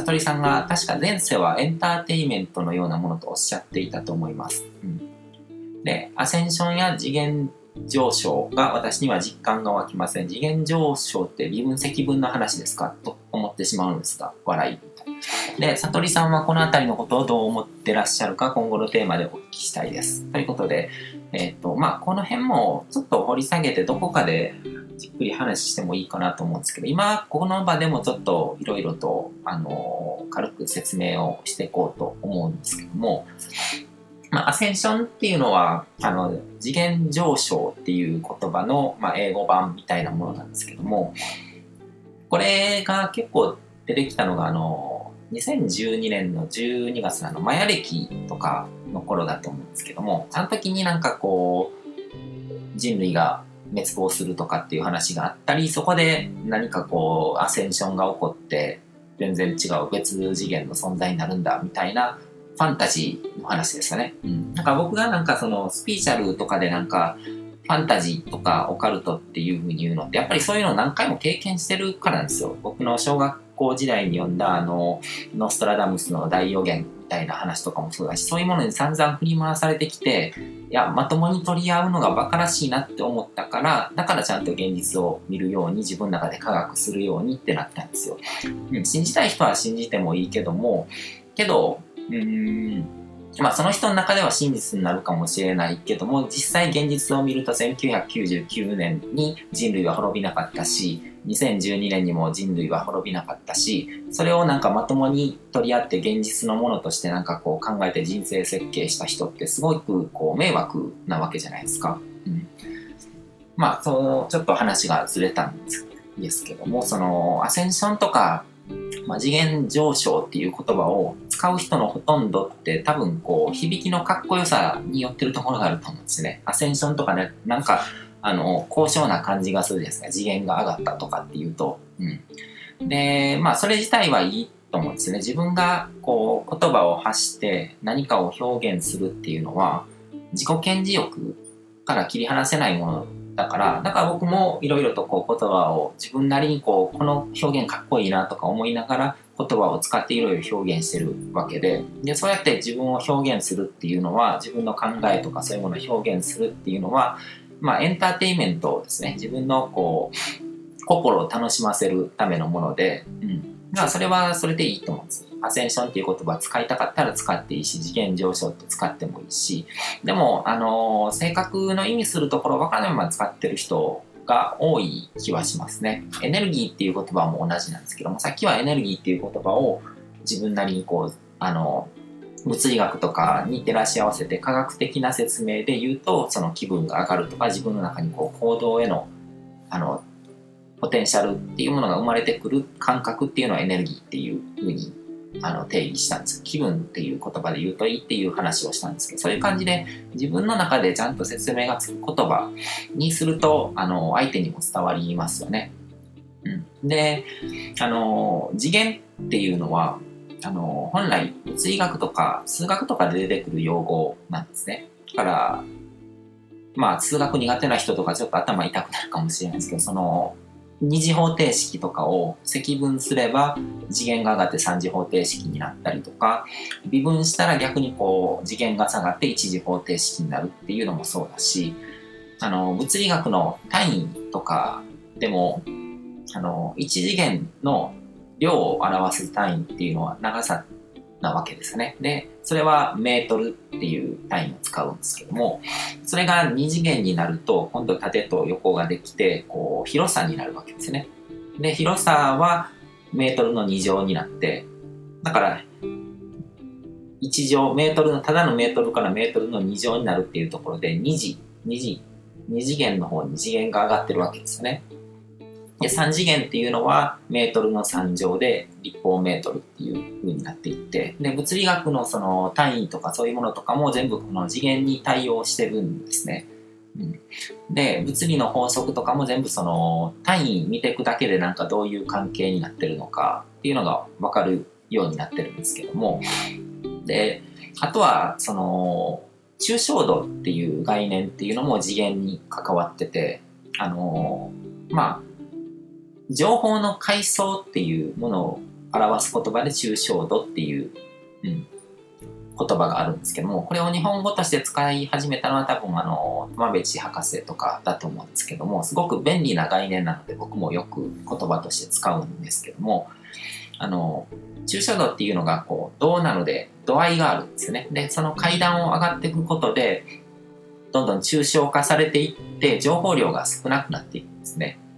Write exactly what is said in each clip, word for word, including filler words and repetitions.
悟りさんが確か前世はエンターテインメントのようなものとおっしゃっていたと思います。うん、で、アセンションや次元上昇が私には実感が湧きません。次元上昇って微分積分の話ですかと思ってしまうんですが、笑い。で、悟りさんはこのあたりのことをどう思ってらっしゃるか今後のテーマでお聞きしたいです。ということで、えっと、まあ、この辺もちょっと掘り下げてどこかでじっくり話してもいいかなと思うんですけど、今、この場でもちょっといろいろと、あの、軽く説明をしていこうと思うんですけども、まあ、アセンションっていうのは、あの、次元上昇っていう言葉の、まあ、英語版みたいなものなんですけども、これが結構出てきたのが、あの、にせんじゅうにねんのじゅうにがつのあのマヤ暦とかの頃だと思うんですけども、その時になんかこう人類が滅亡するとかっていう話があったり、そこで何かこうアセンションが起こって全然違う別次元の存在になるんだみたいなファンタジーの話ですよね。うん、なんか僕がなんかそのスピーチャルとかでなんかファンタジーとかオカルトっていう風に言うのってやっぱりそういうのを何回も経験してるからなんですよ。僕の小学校時代に読んだあのノストラダムスの大予言みたいな話とかもそうだし、そういうものに散々振り回されてきて、いやまともに取り合うのがバカらしいなって思ったから、だからちゃんと現実を見るように自分の中で科学するようにってなったんですよ。うん、信じたい人は信じてもいいけども、けどうーんまあその人の中では真実になるかもしれないけども、実際現実を見るとせんきゅうひゃくきゅうじゅうきゅうねんに人類は滅びなかったし、にせんじゅうにねんにも人類は滅びなかったし、それをなんかまともに取り合って現実のものとしてなんかこう考えて人生設計した人ってすごくこう迷惑なわけじゃないですか。うん、まあそのちょっと話がずれたんですけども、そのアセンションとか、まあ、次元上昇っていう言葉を使う人のほとんどって多分こう響きのかっこよさによってるところがあると思うんですね。アセンションとかね、なんかあの高尚な感じがするですね。次元が上がったとかっていうと、うん、でまあそれ自体はいいと思うんですね。自分がこう言葉を発して何かを表現するっていうのは自己顕示欲から切り離せないものだから、だから僕もいろいろとこう言葉を自分なりにこうこの表現かっこいいなとか思いながら言葉を使っていろいろ表現してるわけで、でそうやって自分を表現するっていうのは、自分の考えとかそういうものを表現するっていうのは、まあエンターテインメントですね。自分のこう心を楽しませるためのもので、うん、だからそれはそれでいいと思うんです。アセンションっていう言葉使いたかったら使っていいし、次元上昇って使ってもいいし、でも、あのー、正確の意味するところ分からないまま使ってる人が多い気はしますね。エネルギーっていう言葉も同じなんですけども、さっきはエネルギーっていう言葉を自分なりにこう、あのー、物理学とかに照らし合わせて科学的な説明で言うと、その気分が上がるとか、自分の中にこう行動への、あの、ポテンシャルっていうものが生まれてくる感覚っていうのはエネルギーっていう風にあの定義したんです。気分っていう言葉で言うといいっていう話をしたんですけど、そういう感じで自分の中でちゃんと説明がつく言葉にすると、あの相手にも伝わりますよね。うん、で、あの次元っていうのはあの本来物理学とか数学とかで出てくる用語なんですね。だからまあ数学苦手な人とかちょっと頭痛くなるかもしれないですけど、その二次方程式とかを積分すれば次元が上がって三次方程式になったりとか、微分したら逆にこう次元が下がって一次方程式になるっていうのもそうだし、あの物理学の単位とかでもあの一次元の量を表す単位っていうのは長さなわけですね。で、それはメートルっていう単位を使うんですけども、それが二次元になると今度縦と横ができてこう広さになるわけですね。で、広さはメートルのに乗になって、だからいち乗メートルのただのメートルからメートルのに乗になるっていうところで二次二次二次元の方に次元が上がってるわけですよね。で、さん次元っていうのはメートルのさん乗で立方メートルっていう風になっていって、で、物理学のその単位とかそういうものとかも全部この次元に対応してるんですね。うん、で、物理の法則とかも全部その単位見ていくだけでなんかどういう関係になってるのかっていうのが分かるようになってるんですけども、で、あとはその抽象度っていう概念っていうのも次元に関わってて、あのまあ情報の階層っていうもの表す言葉で抽象度っていう、うん、言葉があるんですけども、これを日本語として使い始めたのは多分あの苫米地博士とかだと思うんですけども、すごく便利な概念なので僕もよく言葉として使うんですけども、あの抽象度っていうのがこう度なので度合いがあるんですよね。でその階段を上がっていくことでどんどん抽象化されていって情報量が少なくなっていくんですね。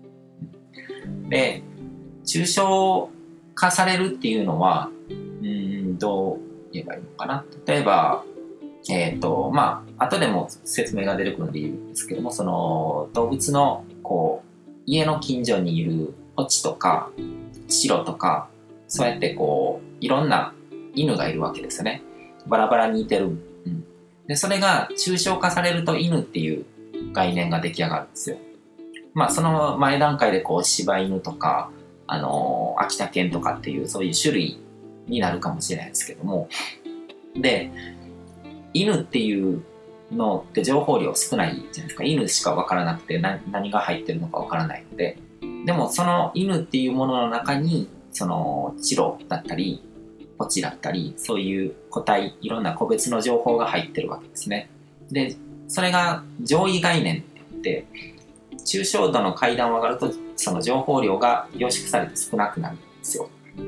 で抽象化されるっていうのはうーんどう言えばいいのかな。例えばえっとまあ後でも説明が出てくるんで言うんですけども、その動物のこう家の近所にいるポチとか白とか、そうやってこういろんな犬がいるわけですよね。バラバラにいてる、うん、でそれが抽象化されると犬っていう概念が出来上がるんですよ。まあその前段階でこう柴犬とかあのー、秋田犬とかっていうそういう種類になるかもしれないですけども、で犬っていうのって情報量少ないじゃないですか。犬しか分からなくて 何, 何が入ってるのか分からないので、でもその犬っていうものの中にそのチロだったりポチだったりそういう個体いろんな個別の情報が入ってるわけですね。でそれが上位概念って言って抽象度の階段を上がるとその情報量が凝縮されて少なくなるんですよ。うん、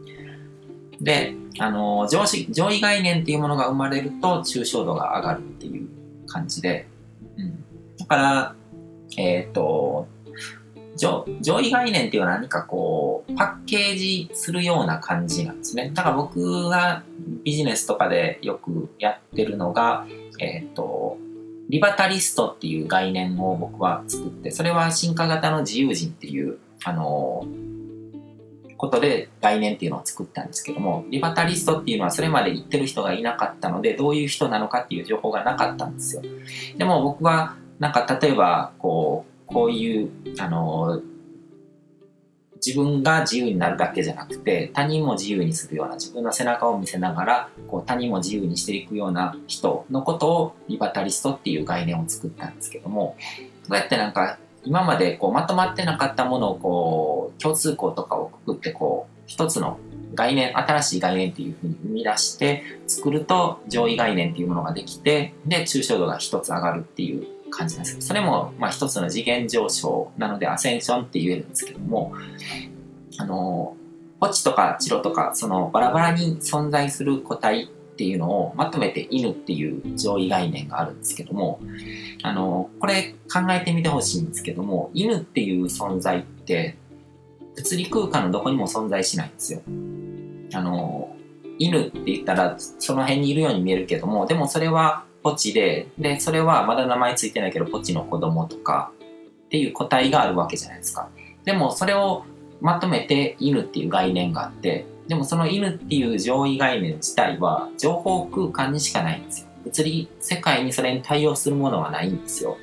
であの 上, 上位概念っていうものが生まれると抽象度が上がるっていう感じで、うん、だからえっ、ー、と上, 上位概念っていうのは何かこうパッケージするような感じなんですね。だから僕がビジネスとかでよくやってるのが、えっと、リバタリストっていう概念を僕は作って、それは進化型の自由人っていうあのことで概念っていうのを作ったんですけども、リバタリストっていうのはそれまで言ってる人がいなかったのでどういう人なのかっていう情報がなかったんですよ。でも僕はなんか例えばこうこういうあの自分が自由になるだけじゃなくて他人も自由にするような、自分の背中を見せながらこう他人も自由にしていくような人のことをリバタリストっていう概念を作ったんですけども、そうやってなんか今までこうまとまってなかったものをこう共通項とかをくくってこう一つの概念、新しい概念っていうふうに生み出して作ると上位概念っていうものができて、で抽象度が一つ上がるっていう感じなんですけど、それもまあ一つの次元上昇なのでアセンションって言えるんですけども、あのポチとかチロとかそのバラバラに存在する個体っていうのをまとめて犬っていう上位概念があるんですけども、あのこれ考えてみてほしいんですけども、犬っていう存在って物理空間のどこにも存在しないんですよ。あの犬って言ったらその辺にいるように見えるけども、でもそれはポチで、で、それはまだ名前ついてないけど、ポチの子供とかっていう個体があるわけじゃないですか。でもそれをまとめて犬っていう概念があって、でもその犬っていう上位概念自体は情報空間にしかないんですよ。物理世界にそれに対応するものはないんですよ。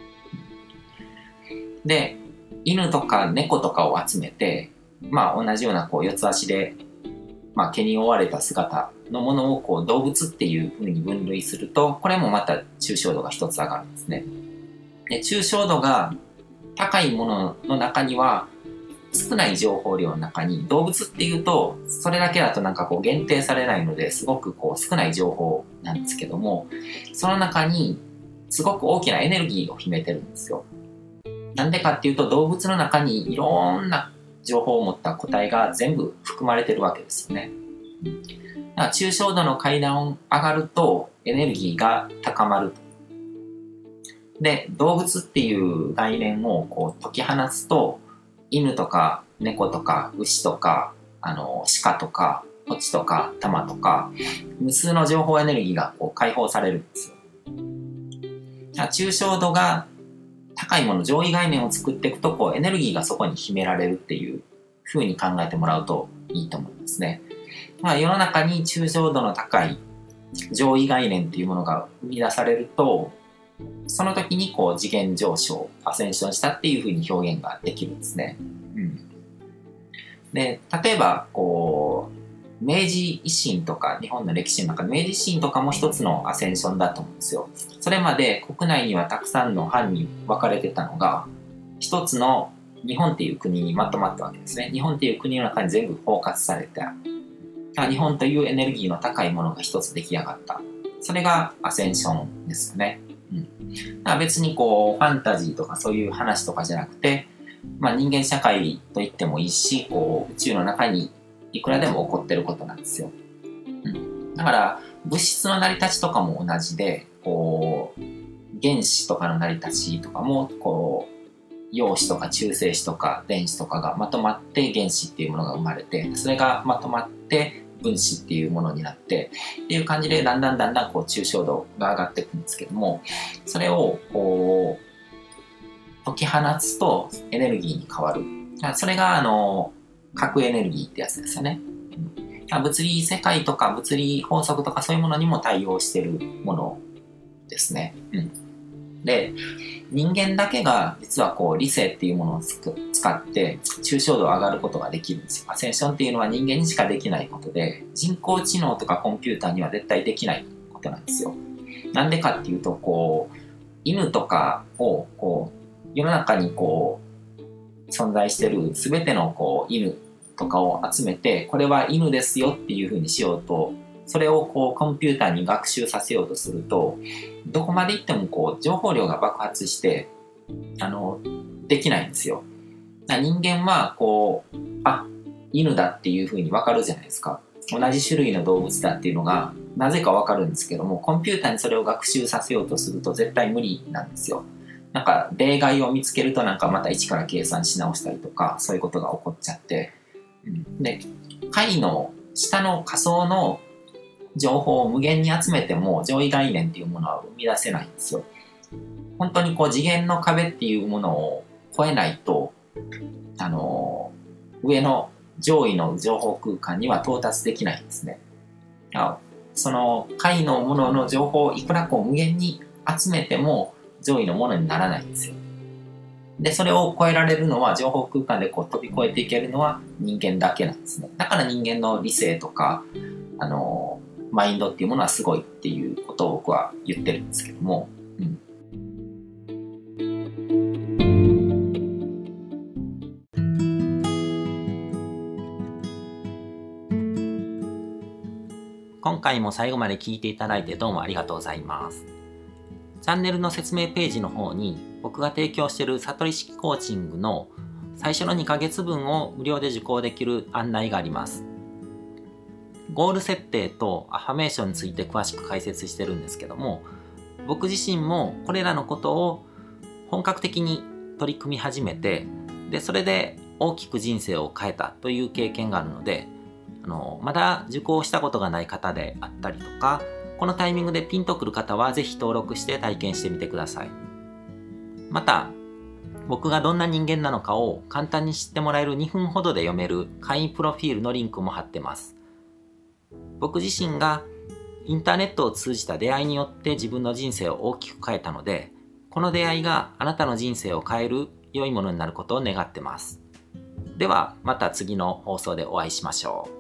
で、犬とか猫とかを集めて、まあ同じようなこう四つ足で、まあ、毛に覆われた姿のものをこう動物っていうふうに分類すると、これもまた抽象度が一つ上がるんですね。で、抽象度が高いものの中には少ない情報量の中に、動物っていうとそれだけだとなんかこう限定されないのですごくこう少ない情報なんですけども、その中にすごく大きなエネルギーを秘めてるんですよ。なんでかっていうと、動物の中にいろんな情報を持った個体が全部含まれてるわけですよね。だから抽象度の階段を上がるとエネルギーが高まる。で、動物っていう概念をこう解き放つと、犬とか猫とか牛とかあの鹿とかポチとかタマとか無数の情報エネルギーがこう解放されるんですよ。だから抽象度が高いもの、上位概念を作っていくとこうエネルギーがそこに秘められるっていう風に考えてもらうといいと思いますね。まあ、世の中に抽象度の高い上位概念っていうものが生み出されると、その時にこう次元上昇、アセンションしたっていう風に表現ができるんですね。うん、で、例えばこう明治維新とか日本の歴史の中で明治維新とかも一つのアセンションだと思うんですよ。それまで国内にはたくさんの藩に分かれてたのが、一つの日本っていう国にまとまったわけですね。日本っていう国の中に全部包括された。日本というエネルギーの高いものが一つ出来上がった。それがアセンションですよね。うん、だから別にこうファンタジーとかそういう話とかじゃなくて、まあ、人間社会と言ってもいいし、こう宇宙の中にいくらでも起こってることなんですよ。うん、だから物質の成り立ちとかも同じで、こう原子とかの成り立ちとかもこう陽子とか中性子とか電子とかがまとまって原子っていうものが生まれて、それがまとまって分子っていうものになってっていう感じで、だんだんだんだんこう抽象度が上がっていくんですけども、それをこう解き放つとエネルギーに変わる。それがあの核エネルギーってやつですよね。物理世界とか物理法則とかそういうものにも対応しているものですね。うん、で、人間だけが実はこう理性っていうものを使って抽象度を上がることができるんですよ。アセンションっていうのは人間にしかできないことで、人工知能とかコンピューターには絶対できないことなんですよ。なんでかっていうと、こう犬とかをこう世の中にこう存在してる全てのこう犬とかを集めて、これは犬ですよっていう風にしようと、それをこうコンピューターに学習させようとすると、どこまでいってもこう情報量が爆発してあのできないんですよ。人間はこうあ犬だっていう風に分かるじゃないですか。同じ種類の動物だっていうのがなぜか分かるんですけども、コンピューターにそれを学習させようとすると絶対無理なんですよ。なんか例外を見つけるとなんかまた一から計算し直したりとか、そういうことが起こっちゃって、うん、で解の下の仮想の情報を無限に集めても上位概念っていうものは生み出せないんですよ。本当にこう次元の壁っていうものを越えないと、あの上の上位の情報空間には到達できないんですね。その解のものの情報をいくらこう無限に集めても上位のものにならないんですよ。で、それを超えられるのは、情報空間でこう飛び越えていけるのは人間だけなんですね。だから人間の理性とか、あの、マインドっていうものはすごいっていうことを僕は言ってるんですけども、うん。今回も最後まで聞いていただいてどうもありがとうございます。チャンネルの説明ページの方に僕が提供している悟り式コーチングの最初のにかげつぶんを無料で受講できる案内があります。ゴール設定とアファメーションについて詳しく解説してるんですけども、僕自身もこれらのことを本格的に取り組み始めて、でそれで大きく人生を変えたという経験があるので、あのまだ受講したことがない方であったりとか、このタイミングでピンとくる方はぜひ登録して体験してみてください。また、僕がどんな人間なのかを簡単に知ってもらえるにふんほどで読める会員プロフィールのリンクも貼ってます。僕自身がインターネットを通じた出会いによって自分の人生を大きく変えたので、この出会いがあなたの人生を変える良いものになることを願ってます。ではまた次の放送でお会いしましょう。